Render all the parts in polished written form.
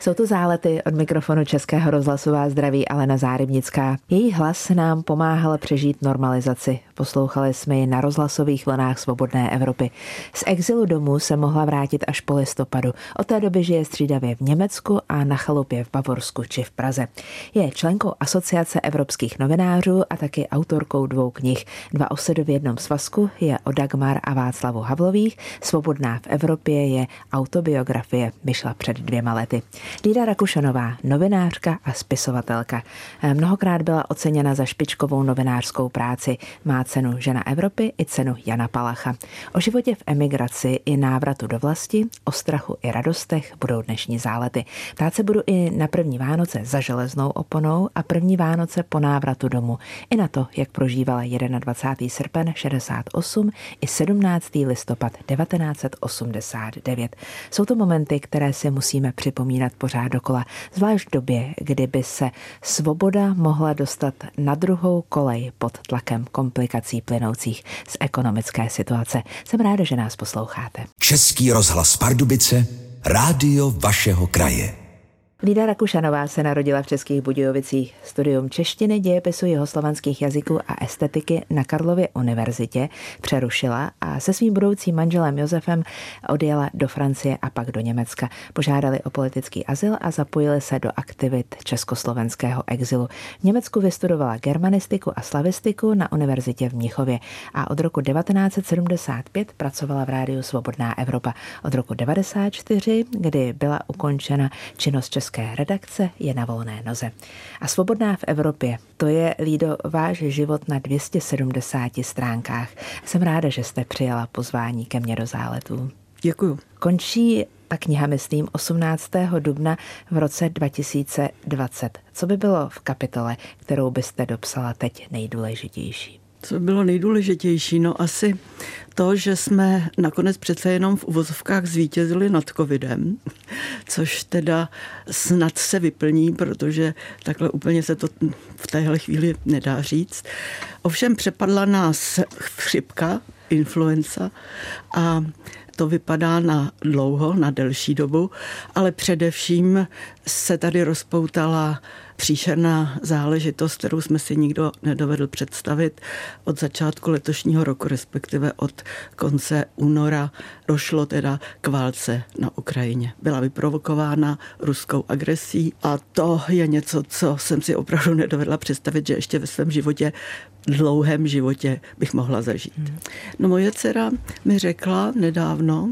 Jsou to Zálety, od mikrofonu Českého rozhlasu vás zdraví Alena Zárybnická. Její hlas nám pomáhal přežít normalizaci. Poslouchali jsme ji na rozhlasových vlnách Svobodné Evropy. Z exilu domů se mohla vrátit až po listopadu. Od té doby žije střídavě v Německu a na chalupě v Bavorsku či v Praze. Je členkou Asociace evropských novinářů a taky autorkou 2 knih. 2 osady v jednom svazku je o Dagmar a Václavu Havlových. Svobodná v Evropě je autobiografie, vyšla před 2 lety. Lída Rakušanová, novinářka a spisovatelka. Mnohokrát byla oceněna za špičkovou novinářskou práci. Má cenu Žena Evropy i cenu Jana Palacha. O životě v emigraci i návratu do vlasti, o strachu i radostech budou dnešní Zálety. Ptát se budu i na první Vánoce za železnou oponou a první Vánoce po návratu domů. I na to, jak prožívala 21. srpen 68 i 17. listopad 1989. Jsou to momenty, které si musíme připomínat pořád dokola, zvlášť v době, kdyby se svoboda mohla dostat na druhou kolej pod tlakem komplikací plynoucích z ekonomické situace. Jsem ráda, že nás posloucháte. Český rozhlas Pardubice, rádio vašeho kraje. Lída Rakušanová se narodila v Českých Budějovicích. Studium češtiny, dějepisu, jihoslovanských jazyků a estetiky na Karlově univerzitě přerušila a se svým budoucím manželem Josefem odjela do Francie a pak do Německa. Požádali o politický azyl a zapojili se do aktivit československého exilu. V Německu vystudovala germanistiku a slavistiku na univerzitě v Mnichově a od roku 1975 pracovala v rádiu Svobodná Evropa. Od roku 1994, kdy byla ukončena činnost české redakce, je na volné noze. A Svobodná v Evropě, to je, Lído, váš život na 270 stránkách. Jsem ráda, že jste přijala pozvání ke mně do Záletů. Děkuju. Končí ta kniha, myslím, 18. dubna v roce 2020. Co by bylo v kapitole, kterou byste dopsala teď nejdůležitější? Co bylo nejdůležitější? No asi to, že jsme nakonec přece jenom v uvozovkách zvítězili nad covidem, což teda snad se vyplní, protože takhle úplně se to v téhle chvíli nedá říct. Ovšem přepadla nás chřipka, influenza a to vypadá na dlouho, na delší dobu, ale především se tady rozpoutala příšerná záležitost, kterou jsme si nikdo nedovedl představit. Od začátku letošního roku, respektive od konce února, došlo teda k válce na Ukrajině. Byla vyprovokována ruskou agresí a to je něco, co jsem si opravdu nedovedla představit, že ještě ve svém životě, dlouhém životě bych mohla zažít. No moje dcera mi řekla nedávno,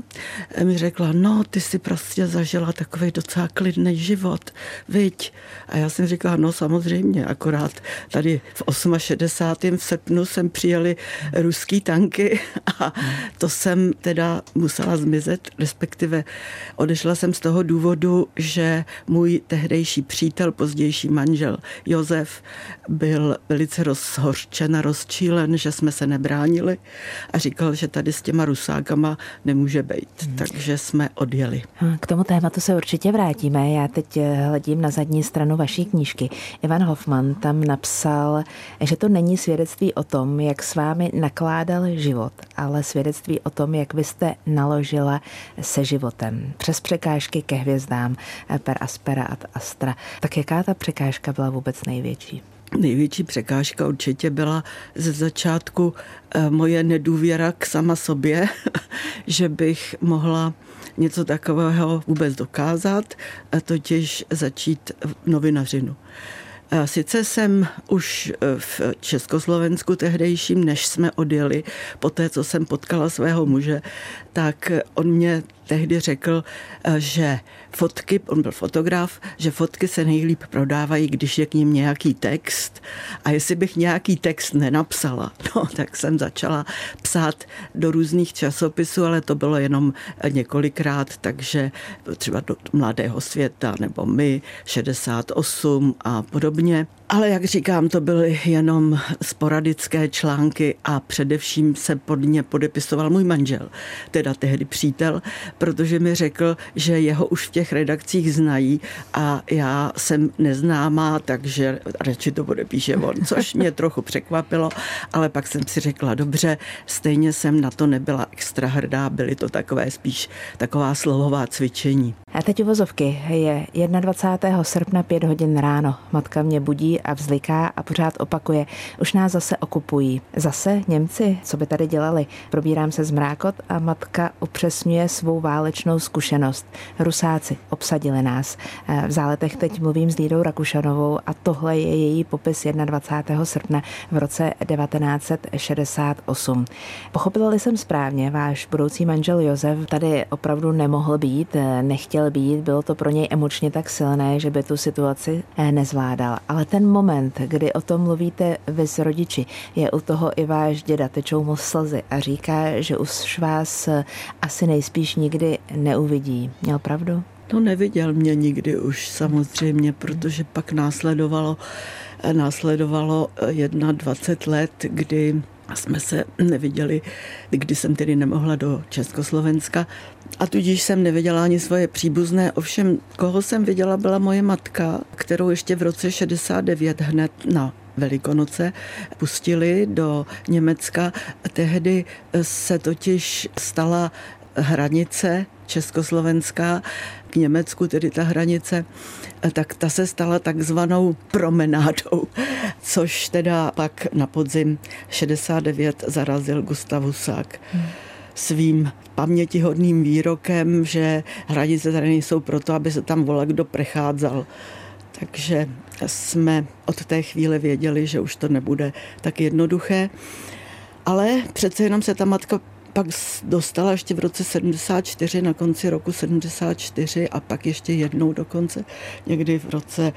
no ty si prostě zažila takovej docela klidný život, viď? A já jsem říkala, no samozřejmě, akorát tady v 68. v srpnu sem přijeli ruský tanky a to jsem teda musela zmizet, respektive odešla jsem z toho důvodu, že můj tehdejší přítel, pozdější manžel Josef byl velice rozhořčen a rozčílen, že jsme se nebránili a říkal, že tady s těma Rusákama nemůže být. Takže jsme odjeli. K tomu tématu se určitě vrátíme. Já teď hledím na zadní stranu vaší knížky. Ivan Hofman tam napsal, že to není svědectví o tom, jak s vámi nakládal život, ale svědectví o tom, jak vy jste naložila se životem. Přes překážky ke hvězdám, per aspera ad astra. Tak jaká ta překážka byla vůbec největší? Největší překážka určitě byla ze začátku moje nedůvěra k sama sobě, že bych mohla něco takového vůbec dokázat, totiž začít novinařinu. Sice jsem už v Československu tehdejším, než jsme odjeli, po té, co jsem potkala svého muže, tak on mě tehdy řekl, že fotky, on byl fotograf, že fotky se nejlíp prodávají, když je k nim nějaký text a jestli bych nějaký text nenapsala, no, tak jsem začala psát do různých časopisů, ale to bylo jenom několikrát, takže třeba do Mladého světa nebo My, 68 a podobně. Ale jak říkám, to byly jenom sporadické články a především se pod ně podepisoval můj manžel, teda tehdy přítel, protože mi řekl, že jeho už v těch redakcích znají a já jsem neznámá, takže radši to podepíše on, což mě trochu překvapilo, ale pak jsem si řekla, dobře, stejně jsem na to nebyla extra hrdá, byly to takové spíš taková slovová cvičení. A teď uvozovky. Je 21. srpna 5 hodin ráno. Matka mě budí a vzliká a pořád opakuje. Už nás zase okupují. Zase Němci? Co by tady dělali? Probírám se zmrákot a matka upřesňuje svou válečnou zkušenost. Rusáci obsadili nás. V Záletech teď mluvím s Lídou Rakušanovou a tohle je její popis 21. srpna v roce 1968. Pochopila-li jsem správně, váš budoucí manžel Josef tady opravdu nemohl být, nechtěl být, bylo to pro něj emočně tak silné, že by tu situaci nezvládal. Ale ten moment, kdy o tom mluvíte vy s rodiči, je u toho i váš děda, tečou mu slzy a říká, že už vás asi nejspíš nikdy neuvidí. Měl pravdu? No neviděl mě nikdy už samozřejmě, protože pak následovalo 21 let, kdy jsme se neviděli, kdy jsem tedy nemohla do Československa a tudíž jsem neviděla ani svoje příbuzné. Ovšem, koho jsem viděla, byla moje matka, kterou ještě v roce 69 hned na Velikonoce pustili do Německa. Tehdy se totiž stala hranice československá k Německu, tedy ta hranice, tak ta se stala takzvanou promenádou, což teda pak na podzim 69 zarazil Gustav Husák svým pamětihodným výrokem, že hranice tady nejsou proto, aby se tam volakdo prechádzal. Takže jsme od té chvíle věděli, že už to nebude tak jednoduché, ale přece jenom se ta matka pak dostala ještě v roce 74, na konci roku 74 a pak ještě jednou dokonce, někdy v roce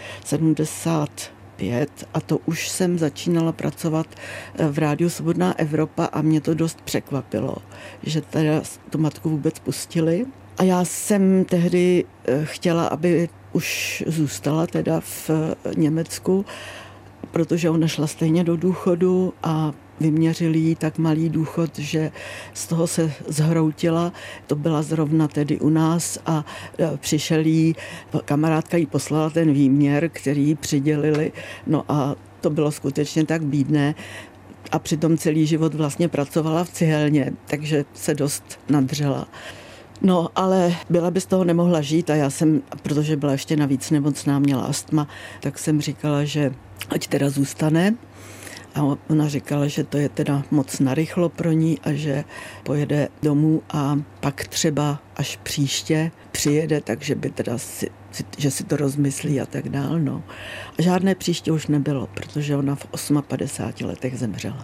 75 a to už jsem začínala pracovat v rádiu Svobodná Evropa a mě to dost překvapilo, že teda tu matku vůbec pustili. A já jsem tehdy chtěla, aby už zůstala teda v Německu, protože ona šla stejně do důchodu a vyměřili jí tak malý důchod, že z toho se zhroutila. To byla zrovna tedy u nás a přišel jí, kamarádka jí poslala ten výměr, který jí přidělili. No a to bylo skutečně tak bídné. A přitom celý život vlastně pracovala v cihelně, takže se dost nadřela. No, ale byla by z toho nemohla žít a já jsem, protože byla ještě navíc nemocná, měla astma, tak jsem říkala, že ať teda zůstane. A ona říkala, že to je teda moc narychlo pro ní a že pojede domů a pak třeba až příště přijede, takže by teda že si to rozmyslí a tak dál. No. A žádné příště už nebylo, protože ona v 58 letech zemřela.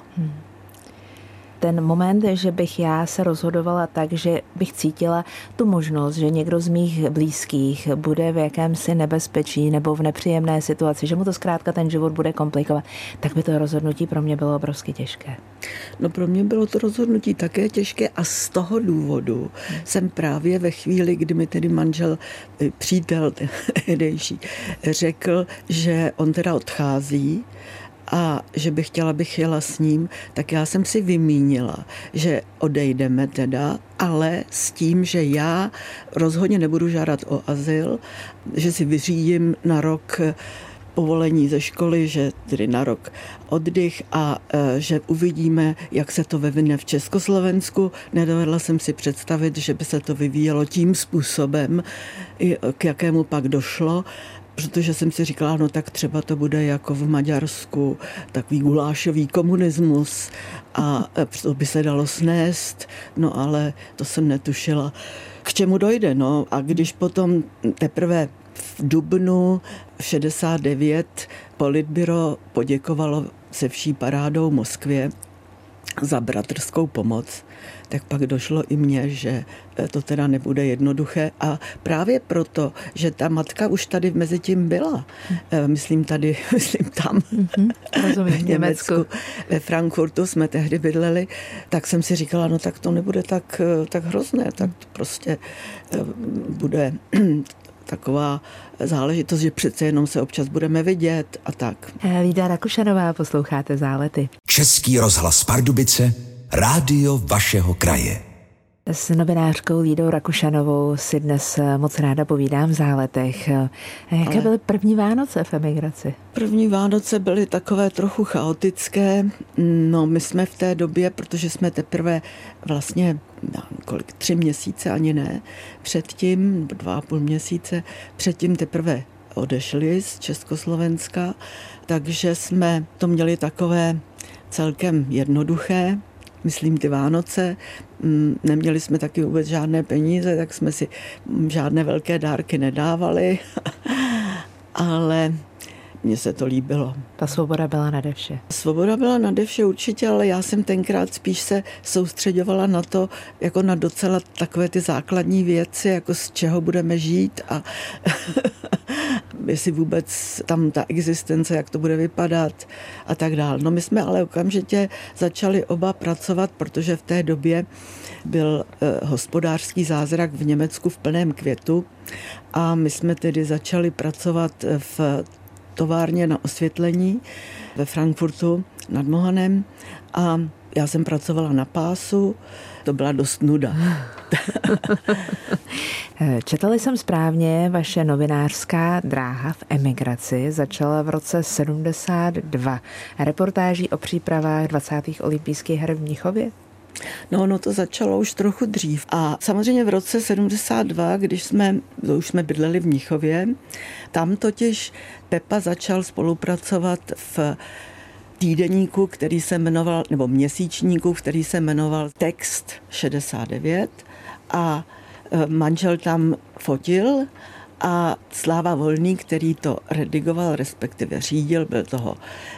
Ten moment, že bych já se rozhodovala tak, že bych cítila tu možnost, že někdo z mých blízkých bude v jakémsi nebezpečí nebo v nepříjemné situaci, že mu to zkrátka ten život bude komplikovat, tak by to rozhodnutí pro mě bylo obrovsky těžké. No pro mě bylo to rozhodnutí také těžké a z toho důvodu jsem právě ve chvíli, kdy mi tedy manžel, přítel tehdejší, řekl, že on teda odchází, a že bych chtěla, abych jela s ním, tak já jsem si vymínila, že odejdeme teda, ale s tím, že já rozhodně nebudu žádat o azyl, že si vyřídím na rok povolení ze školy, že tedy na rok oddych a že uvidíme, jak se to vyvine v Československu. Nedovedla jsem si představit, že by se to vyvíjelo tím způsobem, k jakému pak došlo, protože jsem si říkala, no tak třeba to bude jako v Maďarsku, takový gulášový komunismus a to by se dalo snést, no ale to jsem netušila, k čemu dojde. No a když potom teprve v dubnu 69 politbyro poděkovalo se vší parádou Moskvě za bratrskou pomoc, tak pak došlo i mně, že to teda nebude jednoduché a právě proto, že ta matka už tady mezi tím byla, myslím tam, rozumím, v Německu, ve Frankfurtu jsme tehdy bydleli, tak jsem si říkala, no tak to nebude tak hrozné, tak to prostě bude taková záležitost, že přece jenom se občas budeme vidět a tak. Lída Rakušanová, posloucháte Zálety. Český rozhlas Pardubice, rádio vašeho kraje. S novinářkou Lídou Rakušanovou si dnes moc ráda povídám v Záletech. Jaké byly první Vánoce v emigraci? První Vánoce byly takové trochu chaotické. No, my jsme v té době, protože jsme teprve vlastně 3 měsíce, ani ne, předtím, 2,5 měsíce, předtím teprve odešli z Československa, takže jsme to měli takové celkem jednoduché. Myslím ty Vánoce, neměli jsme taky vůbec žádné peníze, tak jsme si žádné velké dárky nedávali, ale mně se to líbilo. Ta svoboda byla nade vše. Svoboda byla nade vše určitě, ale já jsem tenkrát spíš se soustředovala na to, jako na docela takové ty základní věci, jako z čeho budeme žít a jestli vůbec tam ta existence, jak to bude vypadat a tak dál. No my jsme ale okamžitě začali oba pracovat, protože v té době byl hospodářský zázrak v Německu v plném květu a my jsme tedy začali pracovat v továrně na osvětlení ve Frankfurtu nad Mohanem a já jsem pracovala na pásu, to byla dost nuda. Četla jsem správně, vaše novinářská dráha v emigraci začala v roce 72 reportáží o přípravách 20. olympijských her v Mnichově? No, to začalo už trochu dřív. A samozřejmě v roce 72, když už jsme bydleli v Mnichově, tam totiž Pepa začal spolupracovat v týdeníku, který se jmenoval, nebo měsíčníku, který se jmenoval Text 69 a manžel tam fotil a Sláva Volný, který to redigoval, respektive řídil, byl toho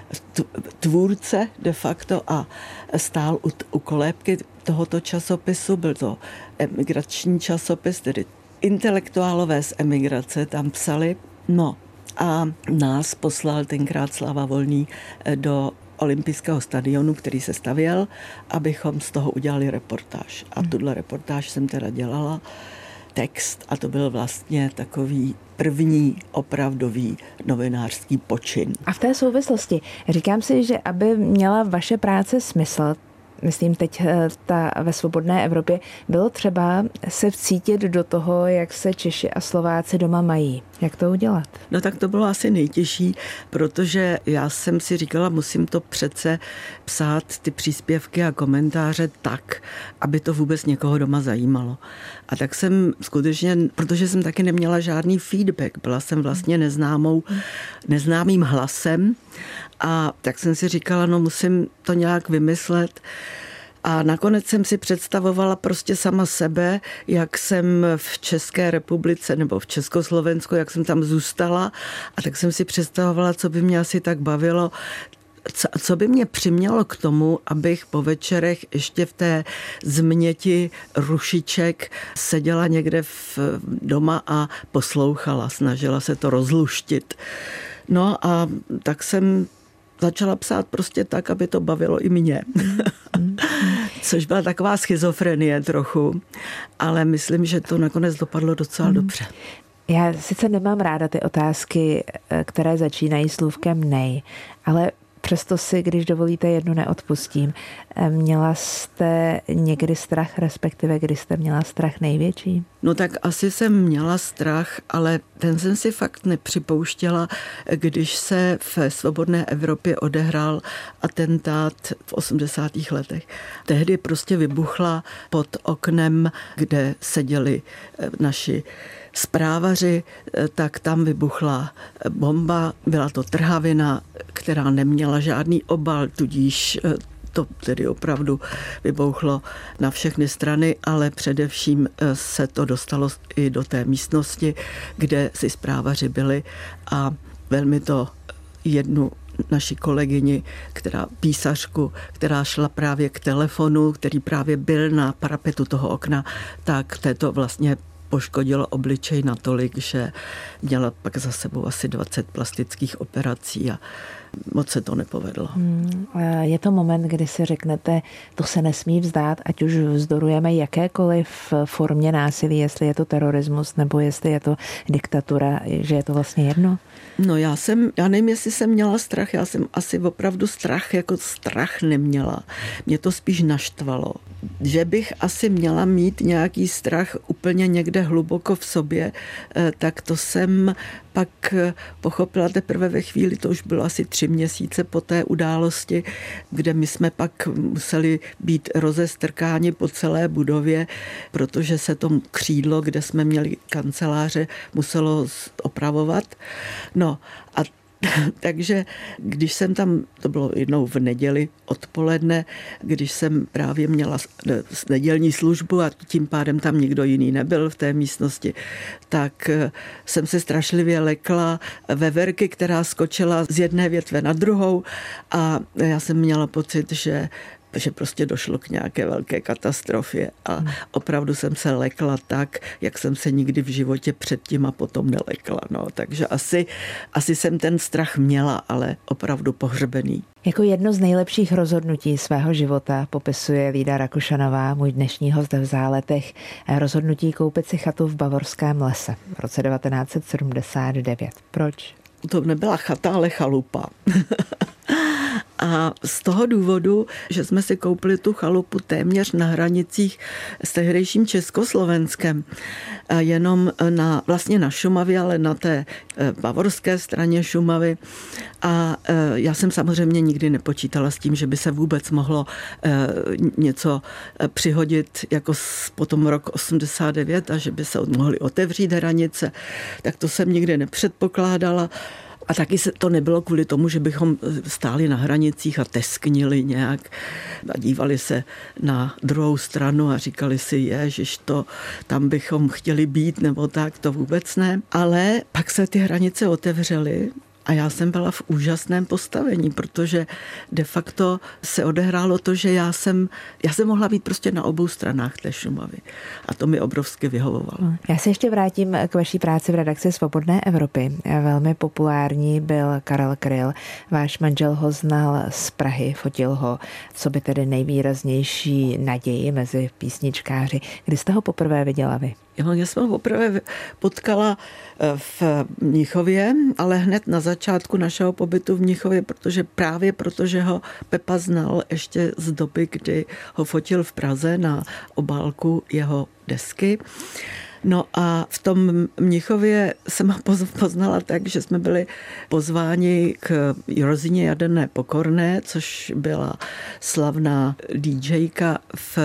tvůrce de facto a stál u kolébky tohoto časopisu, byl to emigrační časopis, tedy intelektuálové z emigrace tam psali. No a nás poslal tenkrát Sláva Volný do olympijského stadionu, který se stavěl, abychom z toho udělali reportáž. A tuhle reportáž jsem teda dělala, Text, a to byl vlastně takový první opravdový novinářský počin. A v té souvislosti říkám si, že aby měla vaše práce smysl, myslím teď ve svobodné Evropě, bylo třeba se vcítit do toho, jak se Češi a Slováci doma mají. Jak to udělat? No tak to bylo asi nejtěžší, protože já jsem si říkala, musím to přece psát ty příspěvky a komentáře tak, aby to vůbec někoho doma zajímalo. A tak jsem skutečně, protože jsem taky neměla žádný feedback, byla jsem vlastně neznámým hlasem a tak jsem si říkala, no musím to nějak vymyslet. A nakonec jsem si představovala prostě sama sebe, jak jsem v České republice nebo v Československu, jak jsem tam zůstala a tak jsem si představovala, co by mě asi tak bavilo, co by mě přimělo k tomu, abych po večerech ještě v té změti rušiček seděla někde doma a poslouchala, snažila se to rozluštit. No a tak jsem začala psát prostě tak, aby to bavilo i mě. Což byla taková schizofrenie trochu, ale myslím, že to nakonec dopadlo docela dobře. Já sice nemám ráda ty otázky, které začínají slůvkem nej, ale přesto si, když dovolíte, jednu neodpustím. Měla jste někdy strach, respektive kdy jste měla strach největší? No tak asi jsem měla strach, ale ten jsem si fakt nepřipouštěla, když se v svobodné Evropě odehrál atentát v 80. letech. Tehdy prostě vybuchla pod oknem, kde seděli naši zprávaři, tak tam vybuchla bomba, byla to trhavina, která neměla žádný obal, tudíž to tedy opravdu vybouchlo na všechny strany, ale především se to dostalo i do té místnosti, kde si zprávaři byli a velmi to jednu naši kolegyni, písařku, která šla právě k telefonu, který právě byl na parapetu toho okna, tak této vlastně poškodilo obličej natolik, že měla pak za sebou asi 20 plastických operací a moc se to nepovedlo. Je to moment, kdy si řeknete, to se nesmí vzdát, ať už vzdorujeme jakékoliv formě násilí, jestli je to terorismus nebo jestli je to diktatura, že je to vlastně jedno? No já nevím, jestli jsem měla strach, já jsem asi opravdu strach neměla. Mě to spíš naštvalo. Že bych asi měla mít nějaký strach úplně někde hluboko v sobě, tak to jsem pak pochopila teprve ve chvíli, to už bylo asi 3 měsíce po té události, kde my jsme pak museli být rozestrkáni po celé budově, protože se to křídlo, kde jsme měli kanceláře, muselo opravovat. No a takže když jsem tam, to bylo jednou v neděli odpoledne, když jsem právě měla nedělní službu a tím pádem tam nikdo jiný nebyl v té místnosti, tak jsem se strašlivě lekla veverky, která skočila z jedné větve na druhou a já jsem měla pocit, že prostě došlo k nějaké velké katastrofě a opravdu jsem se lekla tak, jak jsem se nikdy v životě předtím a potom nelekla. No. Takže asi jsem ten strach měla, ale opravdu pohřbený. Jako jedno z nejlepších rozhodnutí svého života popisuje Lída Rakušanová, můj dnešní host v Záletech, rozhodnutí koupit si chatu v bavorském lese v roce 1979. Proč? To nebyla chata, ale chalupa. A z toho důvodu, že jsme si koupili tu chalupu téměř na hranicích s tehdejším Československem, jenom vlastně na Šumavě, ale na té bavorské straně Šumavy. A já jsem samozřejmě nikdy nepočítala s tím, že by se vůbec mohlo něco přihodit jako potom rok 89 a že by se mohly otevřít hranice. Tak to jsem nikdy nepředpokládala. A taky se to nebylo kvůli tomu, že bychom stáli na hranicích a tesknili nějak a dívali se na druhou stranu a říkali si, ježiš, tam bychom chtěli být nebo tak, to vůbec ne. Ale pak se ty hranice otevřely a já jsem byla v úžasném postavení, protože de facto se odehrálo to, že já jsem mohla být prostě na obou stranách té Šumavy. A to mi obrovsky vyhovovalo. Já se ještě vrátím k vaší práci v redakci Svobodné Evropy. Velmi populární byl Karel Kryl. Váš manžel ho znal z Prahy, fotil ho, co by tedy nejvýraznější naději mezi písničkáři. Kdy jste ho poprvé viděla vy? Já jsem ho poprvé potkala v Mnichově, ale hned na začátku našeho pobytu v Mnichově, protože ho Pepa znal ještě z doby, kdy ho fotil v Praze na obálku jeho desky. No a v tom Mnichově jsem ho poznala tak, že jsme byli pozváni k Rozině Jaderné Pokorné, což byla slavná DJka v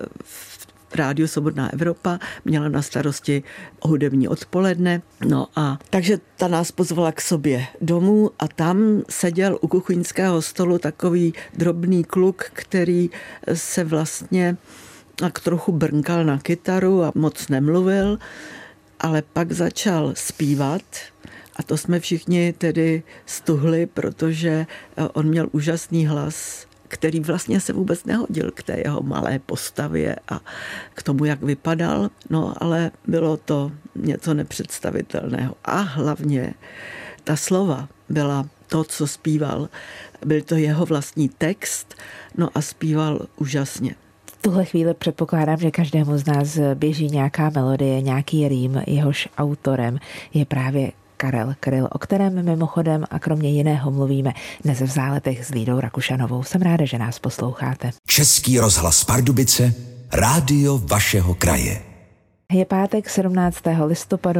Rádiu Svobodná Evropa, měla na starosti hudební odpoledne. No a takže ta nás pozvala k sobě domů a tam seděl u kuchyňského stolu takový drobný kluk, který se vlastně tak trochu brnkal na kytaru a moc nemluvil, ale pak začal zpívat a to jsme všichni tedy stuhli, protože on měl úžasný hlas, který vlastně se vůbec nehodil k té jeho malé postavě a k tomu, jak vypadal. No, ale bylo to něco nepředstavitelného. A hlavně ta slova byla to, co zpíval. Byl to jeho vlastní text, no a zpíval úžasně. V tuhle chvíli předpokládám, že každému z nás běží nějaká melodie, nějaký rým, jehož autorem je právě Karel Kryl, o kterém mimochodem a kromě jiného mluvíme dnes v Záletech s Lídou Rakušanovou. Jsem ráda, že nás posloucháte. Český rozhlas Pardubice, rádio vašeho kraje. Je pátek 17. listopadu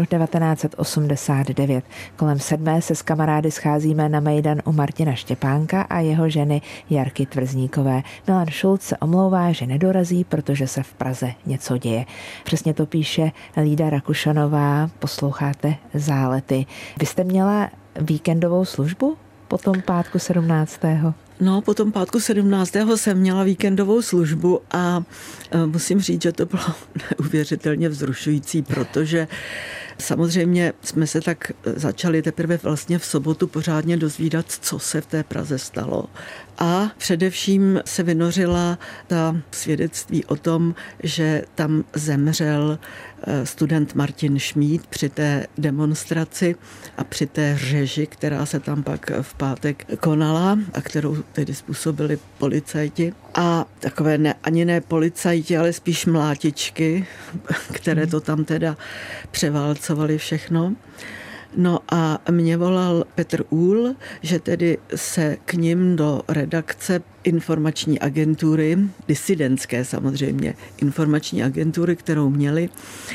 1989. Kolem 7. se s kamarády scházíme na mejdan u Martina Štěpánka a jeho ženy Jarky Tvrzníkové. Milan Šulc se omlouvá, že nedorazí, protože se v Praze něco děje. Přesně to píše Lída Rakušanová. Posloucháte Zálety. Vy jste měla víkendovou službu po tom pátku 17. No, po tom pátku 17. jsem měla víkendovou službu a musím říct, že to bylo neuvěřitelně vzrušující, protože Samozřejmě jsme se tak začali teprve vlastně v sobotu pořádně dozvídat, co se v té Praze stalo. A především se vynořila ta svědectví o tom, že tam zemřel student Martin Šmíd při té demonstraci a při té řeži, která se tam pak v pátek konala a kterou tedy způsobili policajti. A takové ani ne policajti, ale spíš mlátičky, které to tam teda převálcovali všechno. No a mě volal Petr Úhl, že tedy se k nim do redakce informační agentury, disidentské samozřejmě, informační agentury, kterou měli,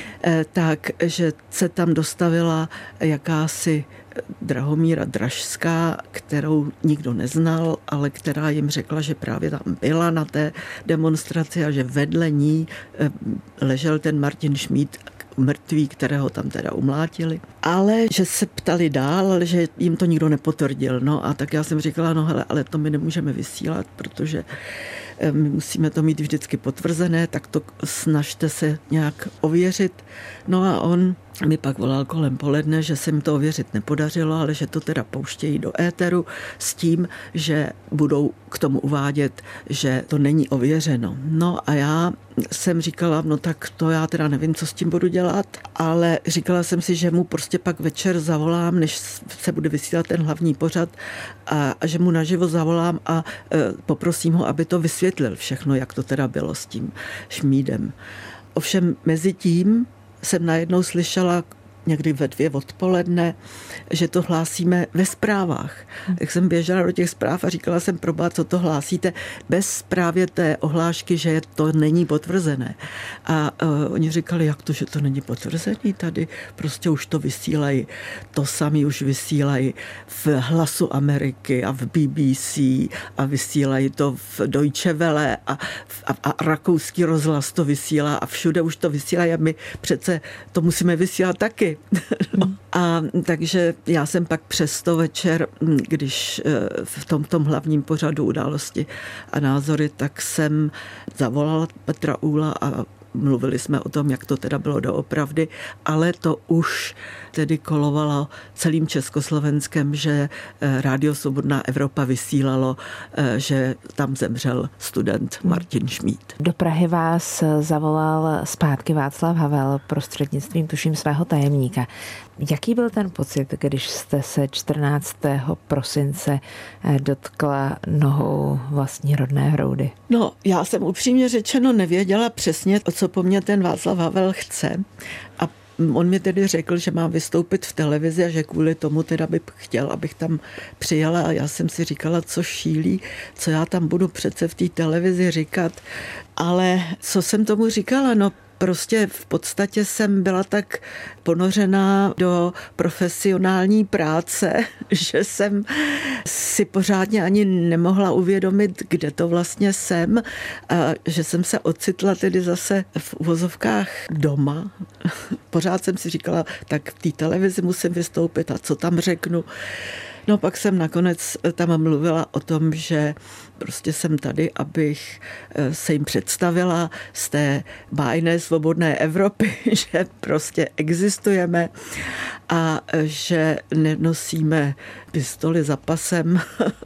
takže se tam dostavila jakási Drahomíra Dražská, kterou nikdo neznal, ale která jim řekla, že právě tam byla na té demonstraci a že vedle ní ležel ten Martin Šmíd, mrtvý, kterého tam teda umlátili. Ale že se ptali dál, ale že jim to nikdo nepotvrdil. No a tak já jsem říkala, no hele, ale to my nemůžeme vysílat, protože my musíme to mít vždycky potvrzené, tak to snažte se nějak ověřit. No a on mi pak volal kolem poledne, že se mi to ověřit nepodařilo, ale že to teda pouštějí do éteru s tím, že budou k tomu uvádět, že to není ověřeno. No a já jsem říkala, no tak to já teda nevím, co s tím budu dělat, ale říkala jsem si, že mu prostě pak večer zavolám, než se bude vysílat ten hlavní pořad a že mu naživo zavolám a poprosím ho, aby to vysvětlil všechno, jak to teda bylo s tím Šmídem. Ovšem mezi tím jsem najednou slyšela někdy ve 2 odpoledne, že to hlásíme ve zprávách. Tak jsem běžela do těch zpráv a říkala jsem, probá, co to hlásíte, bez právě té ohlášky, že to není potvrzené. A oni říkali, jak to, že to není potvrzený tady, prostě už to vysílají. To sami už vysílají v Hlasu Ameriky a v BBC a vysílají to v Deutsche Welle a rakouský rozhlas to vysílá a všude už to vysílají a my přece to musíme vysílat taky. No. A takže já jsem pak přes to večer, když v tom hlavním pořadu Události a názory, tak jsem zavolala Petra Úhla a mluvili jsme o tom, jak to teda bylo doopravdy, ale to už tedy kolovalo celým Československem, že Rádio Svobodná Evropa vysílalo, že tam zemřel student Martin Šmíd. Do Prahy vás zavolal zpátky Václav Havel prostřednictvím, tuším, svého tajemníka. Jaký byl ten pocit, když jste se 14. prosince dotkla nohou vlastní rodné hroudy? No, já jsem upřímně řečeno nevěděla přesně, co po mně ten Václav Havel chce. A on mi tedy řekl, že mám vystoupit v televizi a že kvůli tomu teda by chtěl, abych tam přijela. A já jsem si říkala, co šílí, co já tam budu přece v té televizi říkat. Ale co jsem tomu říkala? No, prostě v podstatě jsem byla tak ponořená do profesionální práce, že jsem si pořádně ani nemohla uvědomit, kde to vlastně jsem, a že jsem se ocitla tedy zase v uvozovkách doma. Pořád jsem si říkala, tak v té televizi musím vystoupit a co tam řeknu. No pak jsem nakonec tam mluvila o tom, že prostě jsem tady, abych se jim představila z té bájné svobodné Evropy, že prostě existujeme a že nenosíme pistoli za pasem,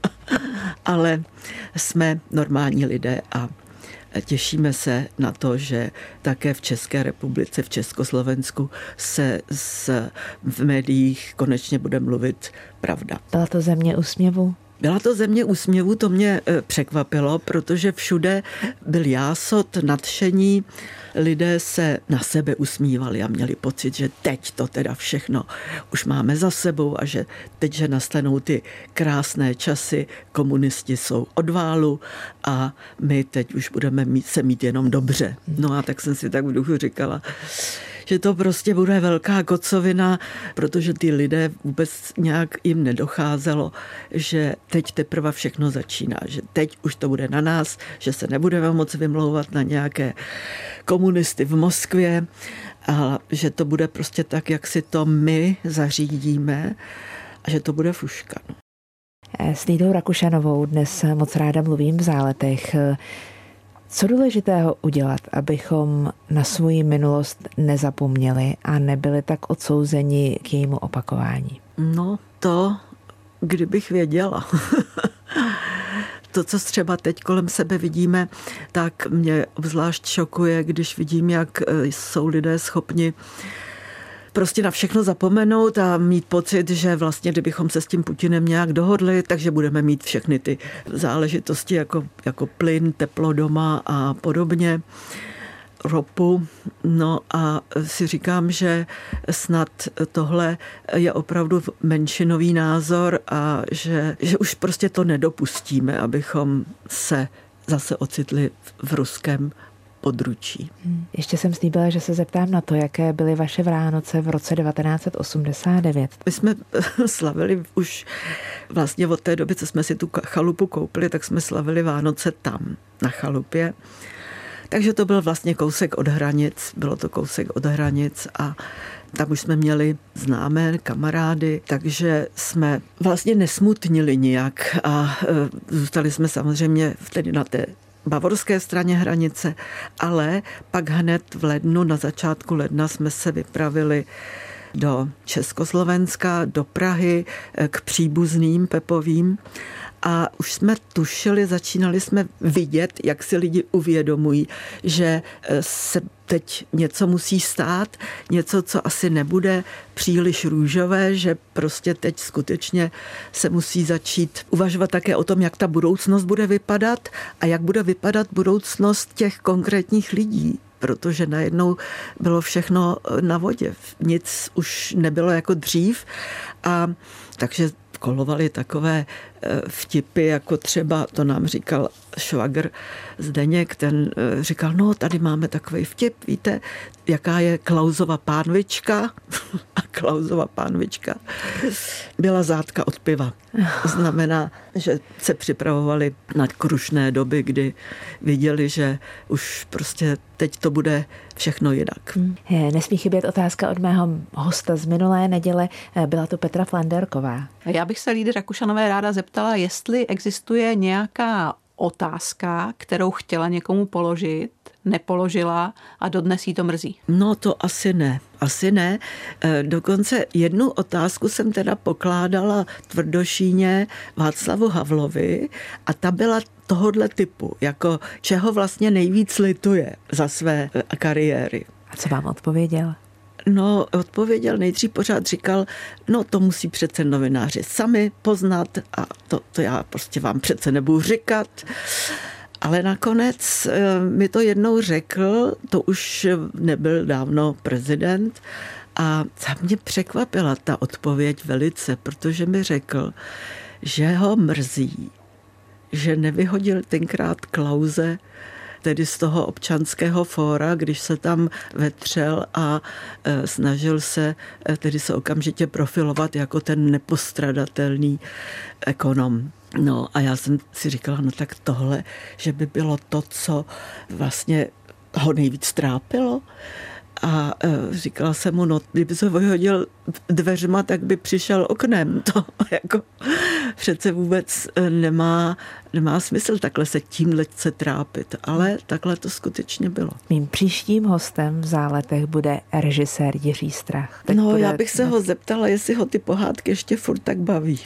ale jsme normální lidé a těšíme se na to, že také v České republice, v Československu se v médiích konečně bude mluvit pravda. Byla to země úsměvu? Byla to země úsměvu, to mě překvapilo, protože všude byl jásot, nadšení, lidé se na sebe usmívali a měli pocit, že teď to teda všechno už máme za sebou a že teď, že nastanou ty krásné časy, komunisti jsou od válu a my teď už budeme se mít jenom dobře. No a tak jsem si tak v duchu říkala, že to prostě bude velká kocovina, protože ty lidé vůbec nějak jim nedocházelo, že teď teprve všechno začíná, že teď už to bude na nás, že se nebudeme moc vymlouvat na nějaké komunisty v Moskvě a že to bude prostě tak, jak si to my zařídíme a že to bude fuška. S Lídou Rakušanovou dnes moc ráda mluvím v Záletech. Co důležitého udělat, abychom na svou minulost nezapomněli a nebyli tak odsouzeni k jejímu opakování? No to, kdybych věděla. To, co třeba teď kolem sebe vidíme, tak mě obzvlášť šokuje, když vidím, jak jsou lidé schopni prostě na všechno zapomenout a mít pocit, že vlastně, kdybychom se s tím Putinem nějak dohodli, takže budeme mít všechny ty záležitosti jako plyn, teplo doma a podobně, ropu. No a si říkám, že snad tohle je opravdu menšinový názor a že už prostě to nedopustíme, abychom se zase ocitli v ruském područí. Ještě jsem slíbila, že se zeptám na to, jaké byly vaše Vánoce v roce 1989. My jsme slavili už vlastně od té doby, co jsme si tu chalupu koupili, tak jsme slavili Vánoce tam, na chalupě. Takže to byl vlastně kousek od hranic, bylo to kousek od hranic a tam už jsme měli známé kamarády, takže jsme vlastně nesmutnili nijak a zůstali jsme samozřejmě tedy na té bavorské straně hranice, ale pak hned v lednu, na začátku ledna jsme se vypravili do Československa, do Prahy k příbuzným Pepovým a už jsme tušili, začínali jsme vidět, jak si lidi uvědomují, že se teď něco musí stát, něco, co asi nebude příliš růžové, že prostě teď skutečně se musí začít uvažovat také o tom, jak ta budoucnost bude vypadat a jak bude vypadat budoucnost těch konkrétních lidí, protože najednou bylo všechno na vodě. Nic už nebylo jako dřív a takže kolovaly takové vtipy, jako třeba, to nám říkal švagr Zdeněk, ten říkal, no tady máme takový vtip, víte, jaká je Klausova pánvička? A Klausova pánvička byla zátka od piva. To znamená, že se připravovali na krušné doby, kdy viděli, že už prostě teď to bude všechno jinak. Nesmí chybět otázka od mého hosta z minulé neděle, byla to Petra Flanderková. Já bych se Lídy Rakušanové ráda zeptala, jestli existuje nějaká otázka, kterou chtěla někomu položit, nepoložila a dodnes jí to mrzí. No to asi ne. Dokonce jednu otázku jsem teda pokládala tvrdošíně Václavu Havlovi a ta byla tohodle typu, jako čeho vlastně nejvíc lituje za své kariéry. A co vám odpověděl? No, odpověděl nejdřív, pořád říkal, no to musí přece novináři sami poznat a to já prostě vám přece nebudu říkat. Ale nakonec mi to jednou řekl, to už nebyl dávno prezident a mě překvapila ta odpověď velice, protože mi řekl, že ho mrzí, že nevyhodil tenkrát Klause, tedy z toho Občanského fóra, když se tam vetřel a snažil se tedy se okamžitě profilovat jako ten nepostradatelný ekonom. No a já jsem si říkala, no tak tohle, že by bylo to, co vlastně ho nejvíc trápilo. A říkala jsem mu, no kdyby se vyhodil dveřma, tak by přišel oknem. To jako přece vůbec nemá smysl takhle se tímhle se trápit, ale takhle to skutečně bylo. Mým příštím hostem v Záletech bude režisér Jiří Strach. Já bych se ho zeptala, jestli ho ty pohádky ještě furt tak baví.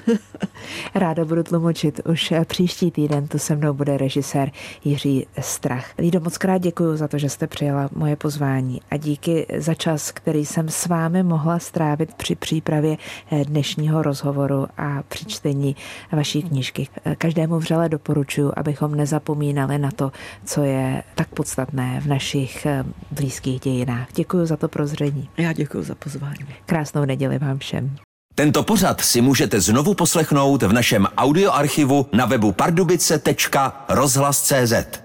Ráda budu tlumočit. Už příští týden tu se mnou bude režisér Jiří Strach. Lído, moc krát děkuji za to, že jste přijala moje pozvání a díky za čas, který jsem s vámi mohla strávit při přípravě dnešního rozhovoru a při čtení vaší knížky. Každému vřele doporučuji, abychom nezapomínali na to, co je tak podstatné v našich blízkých dějinách. Děkuji za to prozření. Já děkuji za pozvání. Krásnou neděli vám všem. Tento pořad si můžete znovu poslechnout v našem audioarchivu na webu pardubice.rozhlas.cz.